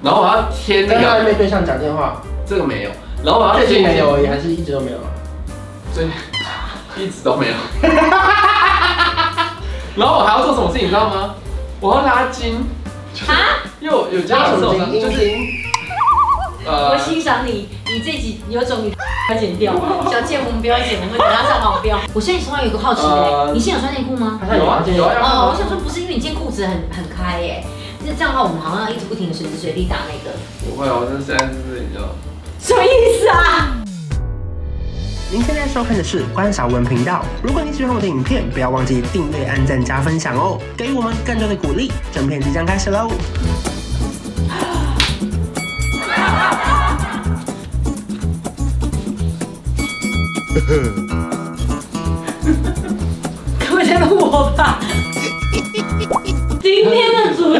然后我要贴那个。 跟暧昧对象讲电话， 这个没有。然后我要最近没有而已，还是一直都没有？ 一直都没有。然后我还要做什么事情，你知道吗？我要拉筋。啊？因为我有肩膀受伤，就是。 我欣赏你，你这集有种你要剪掉，小倩我们不要剪，我们等它上黄标。我现在手上有个好奇你现在有穿内裤吗？ 有啊。 哦，我想说不是因为你今天裤子很开耶，那这样的话我们好像要一直不停的随时随地打那个。 不会啊，我现在是你知道。 什么意思啊？ 您现在收看的是关韶文频道。如果你喜欢我的影片，不要忘记订阅、按赞、加分享哦，给予我们更多的鼓励。整片即将开始喽！ 各位在录我吧。今天的主题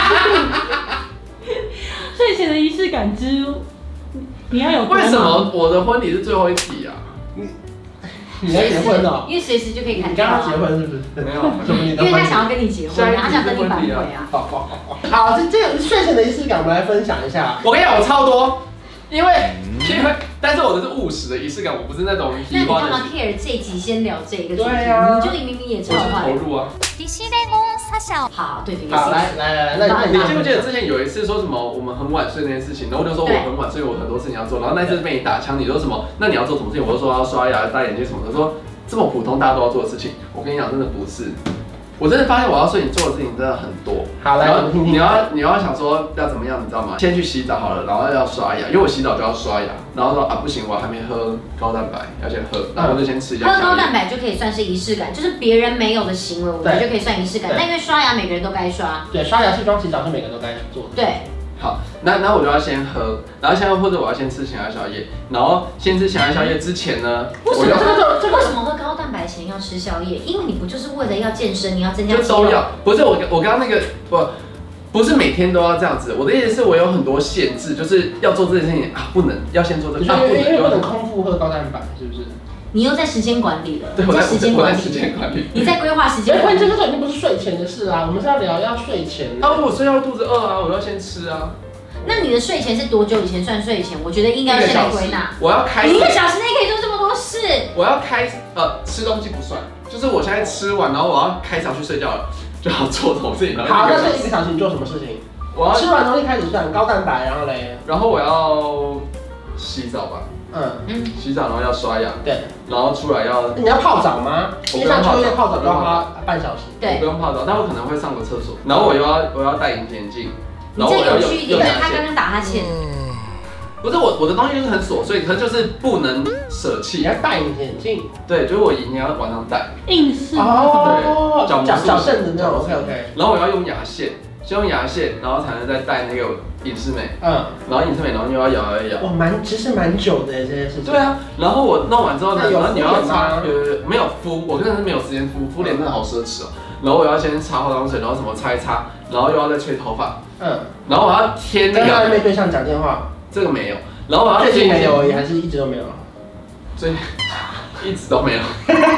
睡前的仪式感之，你要有。 为什么我的婚礼是最后一题啊？ 你要结婚了？ 因为随时就可以砍掉。 你刚刚结婚是不是？ 没有。 因为他想要跟你结婚，他想跟你反悔啊。 好，这个睡前的仪式感，我们来分享一下。 我跟你讲，我超多，因为，但是我的是务实的仪式感，我不是那种那你干嘛 care 这集先聊这个主题？你就明明也超坏。 投入啊。 好，对。 好，来，那你记不记得之前有一次说什么我们很晚睡那件事情，然后我就说我很晚睡，我很多事情要做，然后那次被你打枪，你说什么？那你要做什么事情？我就说要刷牙、戴眼镜什么的，说这么普通大家都要做的事情，我跟你讲，真的不是。我真的发现我要睡，你做的事情真的很多。 好，来，我们听听。 你要想说要怎么样，你知道吗？先去洗澡好了，然后要刷牙，因为我洗澡就要刷牙。然后说啊不行，我还没喝高蛋白，要先喝，然后我就先吃一下。 喝高蛋白就可以算是仪式感，就是别人没有的行为，我们就可以算仪式感。但因为刷牙每个人都该刷。 对，刷牙、卸妆、洗澡是每个人都该做的。 对。 好，那我就要先喝，然后先喝或者我要先吃前来宵夜，然后先吃前来宵夜之前呢， 为什么喝高蛋白前要吃宵夜？因为你不就是为了要健身，你要增加肌肉？ 就都要，不是我刚刚那个不是每天都要这样子。我的意思是我有很多限制，就是要做这件事情啊，不能要先做这个， 因为不能空腹喝高蛋白，是不是？ 你又在时间管理了， 对，我在时间管理， 你在规划时间。 关键这个已经不是睡前的事啊，我们是要聊要睡前。 啊，我睡到肚子饿啊，我要先吃啊。 那你的睡前是多久以前算睡前？我觉得应该先来归纳。 我要开。 你1个小时内可以做这么多事。 我要吃东西不算，就是我现在吃完，然后我要开场去睡觉了，就要做什么事情。 好，那这1个小时你做什么事情？我要吃完东西开始算高蛋白，然后嘞， 然后我要洗澡吧。洗澡然后要刷牙。 对。 然后出来要。你要泡澡吗？因为像秋叶泡澡都要花半小时。 对。 我不用泡澡，但我可能会上个厕所。然后我要戴隐形眼镜。 你这有趣一点，他刚刚打哈欠。 不是我的东西就是很琐碎，可是就是不能舍弃。 你要戴隐形眼镜。对， 就是我一定要晚上戴。 硬式。 哦。矫正的那种。OK。 然后我要用牙线，先用牙线，然后才能再戴那个隐适美。然后隐适美，然后又要咬。 哇，其实蛮久的这件事情。 对啊，然后我弄完之后呢，然后你要擦，没有敷，我真的是没有时间敷脸真的好奢侈哦。然后我要先擦化妆水，然后什么擦一擦，然后又要再吹头发。然后我要贴那个。跟暧昧对象讲电话，这个没有。然后我要最近没有而已，还是一直都没有？ 一直都没有。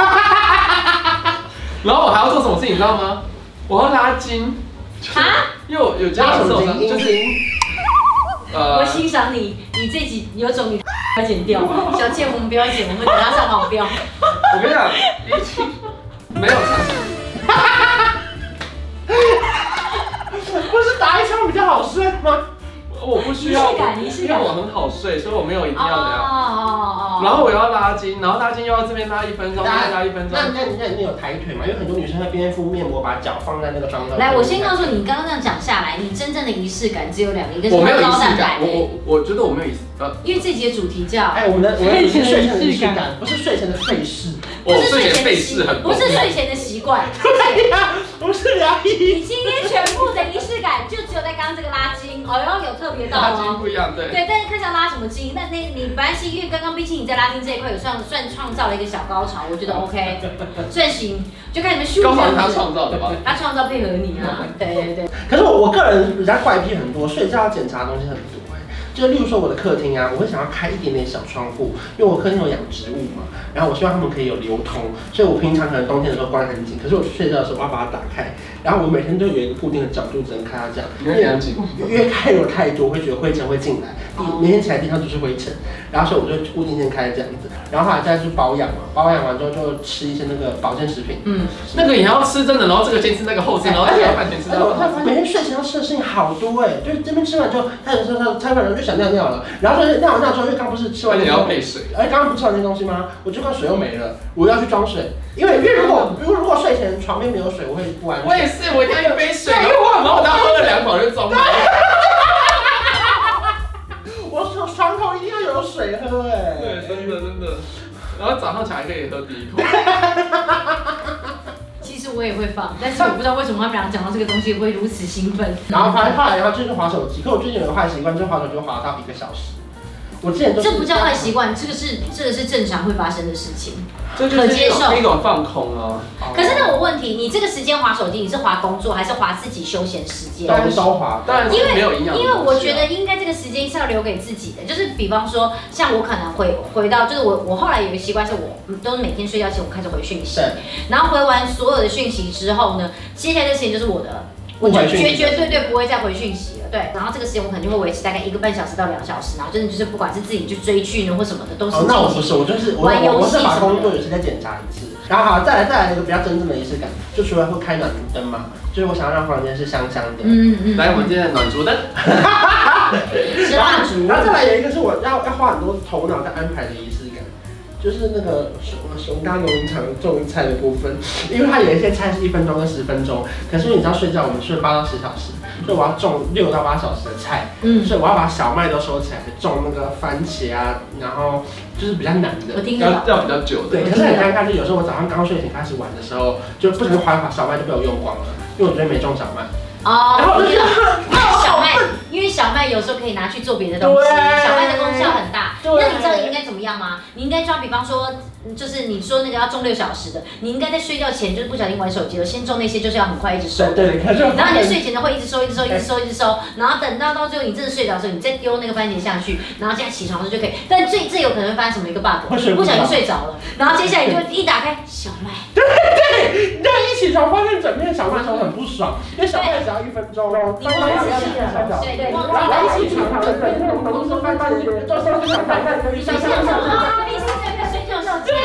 然后我还要做什么事情，你知道吗？我要拉筋。因为我有肩膀受伤，就是。 我欣赏你，你这集有种你要剪掉，小倩我们不要剪，我们等它上黄标。 我跟你讲，已经没有不是打一枪比较好睡吗？ 我不需要，因为我很好睡，所以我没有一定要怎样。然后我要拉筋，然后拉筋又要这边拉1分钟，再拉1分钟。那你有抬腿吗？因为很多女生在边敷面膜，把脚放在那个床上。 来，我先告诉你，刚刚这样讲下来，你真正的仪式感只有2个，一个是高蛋白。我觉得我没有仪式。 因为这集的主题叫我们的睡前的仪式感，不是睡前的费事。 我睡前费事很多。 不是睡前的习惯。 不是疗愈。 你今天全部的仪式感就只有在刚刚这个拉筋，有特别到拉筋不一样，对。 对，但是看是要拉什么筋？那你没关系，因为刚刚毕竟你在拉筋这一块有算创造了一个小高潮，我觉得 OK， 算行，就看你们秀。 高潮是他创造的吧？ 他创造配合你啊，对。 可是我个人比较怪癖很多，睡觉要检查的东西很多。就例如说我的客厅啊，我会想要开一点点小窗户，因为我客厅有养植物嘛，然后我希望它们可以有流通，所以我平常可能冬天的时候关很紧，可是我睡觉的时候我要把它打开， 然后我每天都有一个固定的角度只能看它这样， 你会量几公分？ 因为开有太多，会觉得灰尘会进来，每天起来地上就是灰尘，然后所以我就固定先开这样子，然后后来再去保养嘛，保养完之后就吃一些那个保健食品， 那个也要吃真的，然后这个先吃那个后吃，然后这个要饭前吃。 我发现每天睡前要吃的事情好多就是这边吃完之后，开始餐饭人就想尿尿了，然后尿完尿之后，因为刚不是吃完你要配水， 刚刚不是吃完那些东西吗？我就看水又没了，我要去装水，因为如果睡前床边没有水，我会不安全。 我也是，我一定要一杯水，然后我刚喝了2口就中了。 我床头一定要有水喝对，真的。然后早上起来可以喝第一口。 其实我也会放，但是我不知道为什么他们俩讲到这个东西会如此兴奋。 然后后来就是滑手机，可我最近有个坏习惯，就是滑手机滑到1个小时。我之前这不叫坏习惯，这个是正常会发生的事情， 这就是一种放空啊。 可是那我问题，你这个时间滑手机，你是滑工作还是滑自己休闲时间？ 都滑， 当然是没有营养。 因为我觉得应该这个时间是要留给自己的，就是比方说，像我可能回到，就是我后来有一个习惯是我都是每天睡觉前我开始回讯息，然后回完所有的讯息之后呢，接下来的时间就是我就绝对不会再回讯息了。对，然后这个时间我可能就会维持大概1个半小时到2小时，然后真的就是不管是自己去追剧呢或什么的，都是。 那我不是，我就是玩游戏， 我是把工作有时再检查一次。然后好，再来一个比较真正的仪式感，就除了会开暖炉灯嘛，就是我想要让房间是香香的。 来，我们今天的暖烛灯。 是蜡烛。 然后再来有一个是我要花很多头脑在安排的仪式感。就是那个熊刚农场种菜的部分，因为它有一些菜是1分钟跟10分钟，可是你知道睡觉我们睡8到10小时，所以我要种6到8小时的菜，所以我要把小麦都收起来，种那个番茄啊，然后就是比较难的， 要比较久的。 对，可是很尴尬，就有时候我早上刚睡醒开始玩的时候，就不小心把小麦就被我用光了，因为我昨天没种小麦。然后我就觉得小麦，因为小麦有时候可以拿去做别的东西，小麦的功效很大。那你知道你应该怎么样吗？你应该抓，比方说，就是你说那个要种6小时的，你应该在睡觉前就是不小心玩手机了，先种那些就是要很快一直收。 对。 然后你睡前的会一直收，然后等到最后你真的睡着的时候，你再丢那个番茄下去，然后这样起床的时候就可以。但最有可能会发生什么一个 bug， 不小心睡着了，然后接下来你就一打开小麦。 对，你一起床发现整片小麦的时候很不爽，因为小麦只要1分钟哦。 你忘记了？对， 然后一起床整片都是翻翻，就是想翻翻， 你睡觉啊，你是在睡觉时间。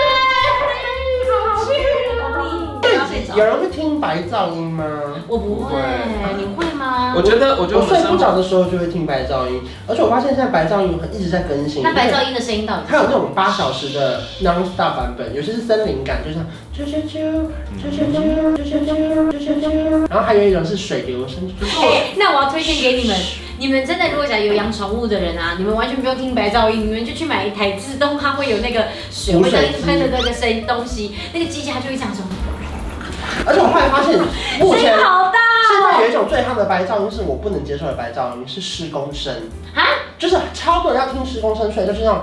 有人会听白噪音吗？ 我不会，你会吗？ 我觉得我睡不着的时候就会听白噪音，而且我发现现在白噪音一直在更新。 那白噪音的声音到底？ 它有那种8小时的 non-stop 版本，有些是森林感，就像啾啾啾啾啾啾啾啾啾啾，然后还有一种是水流声。 那我要推荐给你们。你们真的如果讲有养宠物的人啊，你们完全不用听白噪音，你们就去买一台自动，它会有那个水会这样一直喷的那个声音东西，那个机器它就会这样说。 而且我后来发现，目前好大现在有一种最夯的白噪音是我不能接受的白噪音，是施工声。就是超多人要听施工声睡，就是那种，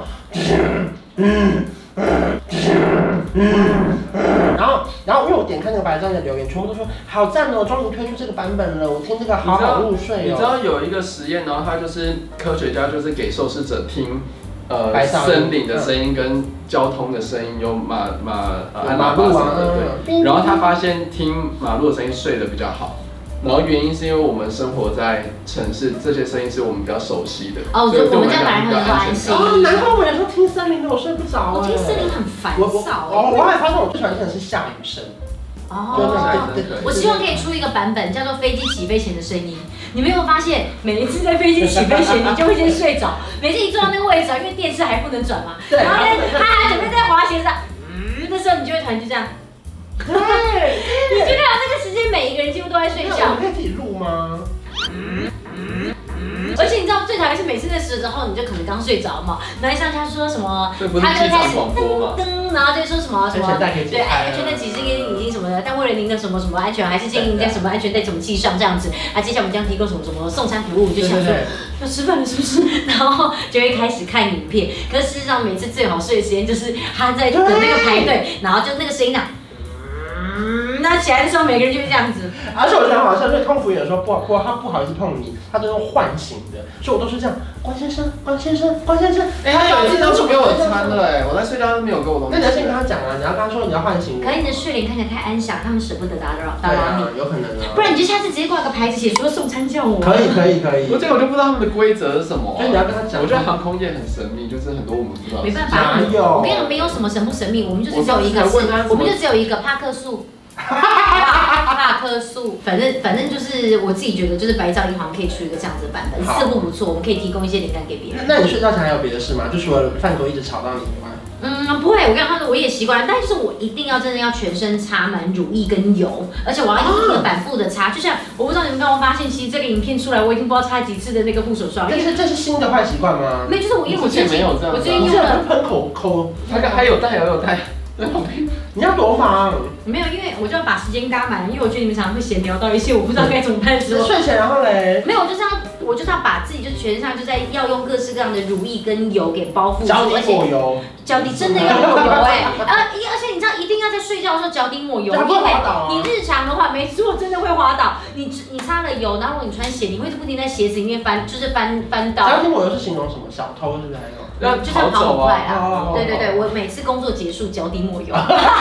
然后因为我点开那个白噪音的留言，全部都说好赞哦，终于推出这个版本了，我听这个好好入睡哦。 你知道有一个实验，然后他就是科学家就是给受试者听。森林的声音跟交通的声音，有马路什么的，对。然后他发现听马路的声音睡得比较好，然后原因是因为我们生活在城市，这些声音是我们比较熟悉的， 所以对我们来讲比较安心。 难怪我有时候听森林的我睡不着。 我听森林很烦躁。 我还发现我最喜欢听的是下雨声。 我希望可以出一个版本，叫做飞机起飞前的声音。你没有发现，每一次在飞机起飞前，你就会先睡着。每次一坐到那个位置，因为电视还不能转嘛，然后他还准备在滑行上，那时候你就会突然就这样。对，你觉得那个时间每一个人几乎都在睡觉。 我可以自己录吗？ 而且你知道最讨厌是每次那时候你就可能刚睡着嘛，然后一上他说什么，他就开始噔，然后就说什么，对，安全带其实已经什么的，但为了您的什么什么安全，还是建议您在什么安全带怎么系上这样子。啊，接下来我们将提供什么什么送餐服务，就想说要吃饭了是不是？然后就会开始看影片。可是事实上每次最好睡的时间就是他在等那个排队，然后就那个声音啊。 那起来的时候每个人就会这样子。 而且我觉得很好笑，就是空服员有时候他不好意思碰你，他都用唤醒的，所以我都是这样，关先生，关先生，关先生。 他有一次都不给我穿的我在睡觉都没有给我东西。 那你要先跟他讲啊，你要跟他说你要唤醒我。 可能你的睡莲看起来太安详，他们舍不得打扰你。 有可能啊。 不然你就下次直接挂个牌子写说送餐叫我。 可以。 我这个我就不知道他们的规则是什么。 所以你要跟他讲。 我觉得航空业很神秘，就是很多我们不知道。 没办法，我跟你讲，没有什么神不神秘，我们就是只有一个，我们就只有一个帕克素。帕克素，反正就是我自己觉得，就是白噪音好像可以出一个这样子的版本，似乎不错，我们可以提供一些灵感给别人。 那你睡觉前还有别的事吗？就除了饭桌一直吵到你以外？ 不会，我跟他说我也习惯，但就是我一定要真的要全身擦满乳液跟油，而且我要一个反复的擦。就像我不知道你们刚刚发现，其实这个影片出来，我已经不知道擦几次的那个护手霜。 这是新的坏习惯吗？ 没有，就是因为我之前没有这样， 我最近用了喷口， 那个还有带。 你要多忙？ 没有，因为我就要把时间嘎满，因为我觉得你们常常会闲聊到一些我不知道该怎么办的时候。 睡前然后嘞？ 没有，我就是要把自己就全身上就在要用各式各样的乳液跟油给包覆住， 脚底抹油。 脚底真的要抹油而且你知道一定要在睡觉的时候脚底抹油，因为你日常的话，没错，真的会滑倒。你擦了油，然后你穿鞋，你会不停在鞋子里面翻倒。 脚底抹油是形容什么？小偷是不是还有？ 就是跑很快啊！对，我每次工作结束脚底抹油，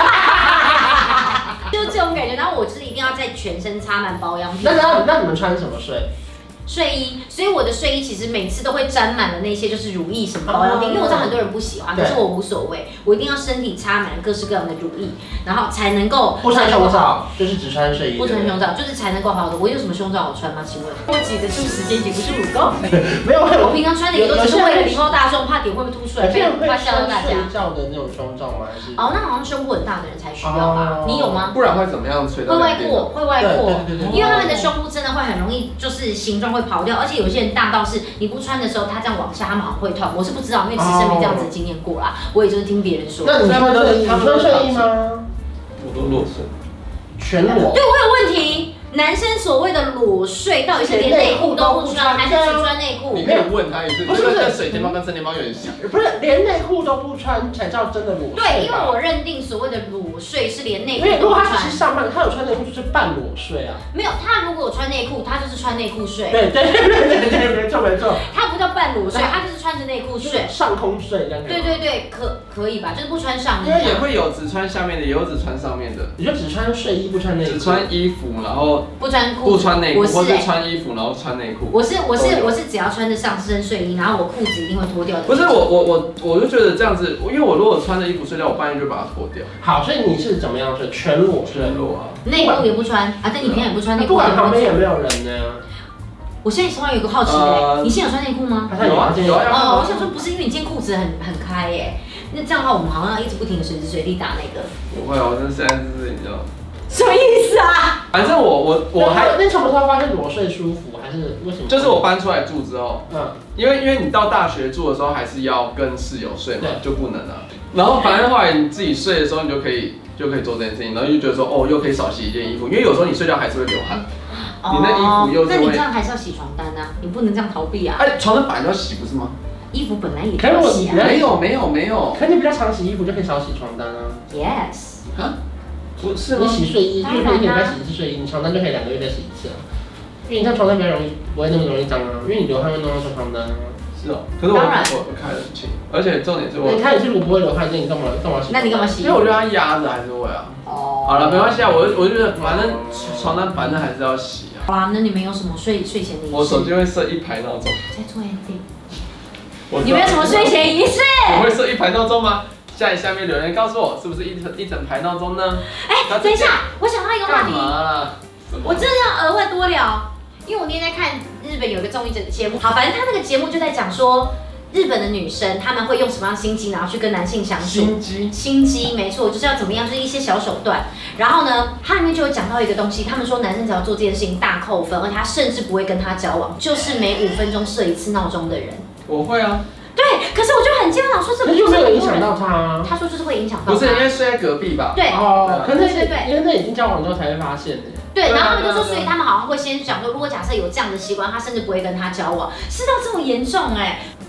就是这种感觉。然后我就是一定要在全身擦满保养品。 那你们穿什么睡？ 睡衣，所以我的睡衣其实每次都会沾满了那些就是乳液什么保养品，因为我知道很多人不喜欢，可是我无所谓，我一定要身体擦满各式各样的乳液，然后才能够不穿胸罩，就是只穿睡衣， 不穿胸罩就是才能够好的。我有什么胸罩好穿吗？请问我挤得住时间，挤不住乳沟。 没有， 我平常穿的也都只是为了礼貌大众，怕点会不会凸出来，怕吓到大家。 睡觉的那种胸罩吗？还是？ 那好像胸部很大的人才需要吧？你有吗？ 不然会怎么样吹到？ 会外扩，因为他们的胸部真的会很容易就是形状会跑掉，而且有些人大到是你不穿的时候，他这样往下，他们好像会痛。我是不知道，因为其实没这样子的经验过啦，我也就是听别人说。 那你穿睡衣吗？ 我都裸睡， 全裸。 对我有问题。男生所谓的裸睡，到底是连内裤都不穿，还是只穿内裤？ 你可以问他一次， 不是跟水天猫跟真天猫有点像。 不是连内裤都不穿才叫真的裸睡。 对，因为我认定所谓的裸睡是连内裤都不穿。 因为如果他只是上半，他有穿内裤就是半裸睡啊。 没有，他如果有穿内裤，他就是穿内裤睡。 对，没错。 他不叫半裸睡，他就是穿着内裤睡， 上空睡这样。 对，可以吧？就是不穿上衣。 因为也会有只穿下面的，也有只穿上面的。 你就只穿睡衣不穿内裤。 只穿衣服，然后不穿裤子。 穿内裤，或是穿衣服然后穿内裤。我是只要穿着上身睡衣，然后我裤子一定会脱掉的。 不是我就觉得这样子，因为我如果穿着衣服睡觉，我半夜就把它脱掉。 好，所以你是怎么样睡？全裸睡？ 全裸啊。 内裤也不穿啊？但你平常也不穿内裤。 不管旁边有没有人呢？ 我现在突然有个好奇你现在有穿内裤吗？ 有啊。 我想说不是因为你今天裤子很开耶，那这样的话我们好像要一直不停的随时随地打那个。 不会哦，现在就是你知道。 什么意思啊？ 反正我还那什么时候发现裸睡舒服，还是为什么？ 就是我搬出来住之后，因为你到大学住的时候还是要跟室友睡嘛，就不能啊。然后反正后来你自己睡的时候，你就可以做这件事情，然后就觉得说又可以少洗一件衣服，因为有时候你睡觉还是会流汗，你那衣服又是会。 那你这样还是要洗床单啊，你不能这样逃避啊。 床单本来就要洗不是吗？ 衣服本来也要洗啊。 没有。 可你比较常洗衣服，就可以少洗床单啊。 Yes。 啊？不是你洗睡衣，就是一年再洗一次睡衣，你床单就可以2个月再洗一次啊。因为你看床单比较容易，不会那么容易脏啊，因为你流汗会弄到床单啊。 是哦，可是我开得很轻，而且重点是你开你是如果不会流汗，那你干嘛洗？ 那你干嘛洗？ 因为我觉得它压着还是会啊。好了，没关系啊，我就觉得反正床单反正还是要洗啊。 好啦，那你们有什么睡前的仪式？ 我手机会设1排闹钟。 在做 ending。你们有什么睡前仪式？ 我会设1排闹钟吗？下面留言告诉我，是不是一整排闹钟呢？ 等一下，我想到一个话题。我真的要额外多聊，因为我那天在看日本有一个综艺节目，好，反正他那个节目就在讲说，日本的女生她们会用什么样的心机，然后去跟男性相处。心机，没错，就是要怎么样，就是一些小手段。然后呢，它里面就有讲到一个东西，他们说男生只要做这件事情大扣分，而且他甚至不会跟他交往，就是每5分钟设一次闹钟的人。 我会啊。 对，可是我就很惊讶，说这个就没有影响到他。 他说就是会影响到他。 不是因为睡在隔壁吧？ 对， 可能因为那已经交往之后才会发现的。 对，然后他们就说，所以他们好像会先想说，如果假设有这样的习惯，他甚至不会跟他交往，是到这么严重哎。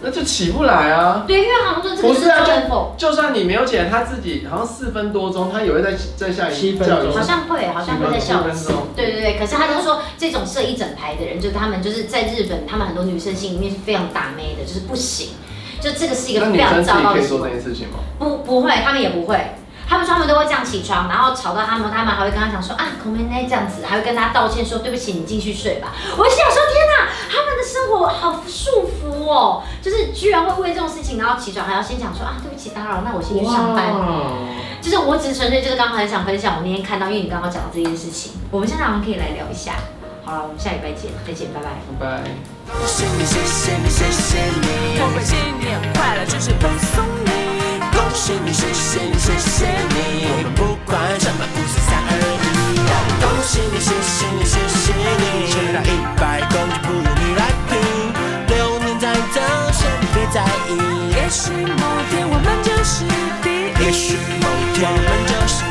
那就起不来啊。 对，因为好像说这个不是啊， 就算你没有起来，他自己好像4分多钟，他也会再下一叫一次， 好像会再笑一次。对，可是他就说这种设一整排的人，就是他们就是在日本，他们很多女生心里面是非常打妹的，就是不行。就这个是一个非常糟糕的。 那女生自己可以做这件事情吗？ 不会，他们也不会。他们说他们都会这样起床，然后吵到他们还会跟他讲说啊，孔妹妹这样子，还会跟他道歉说对不起，你继续睡吧。我心想说天哪，他们的生活好束缚哦，就是居然会为这种事情，然后起床还要先讲说啊，对不起打扰，那我先去上班。就是我只是纯粹就是刚刚很想分享我那天看到，因为你刚刚讲到这件事情，我们现在好像可以来聊一下。好了，我们下礼拜见，再见，拜拜， 拜拜。 恭喜你，谢谢你，谢谢你，我们新年快乐，就是恭送你。恭喜你，谢谢你，谢谢你，我们不管什么54321。恭喜你，谢谢你，谢谢你，写到100公就不用你来拼，6年在走，先别在意。也许某天我们就是第一，也许某天我们就是。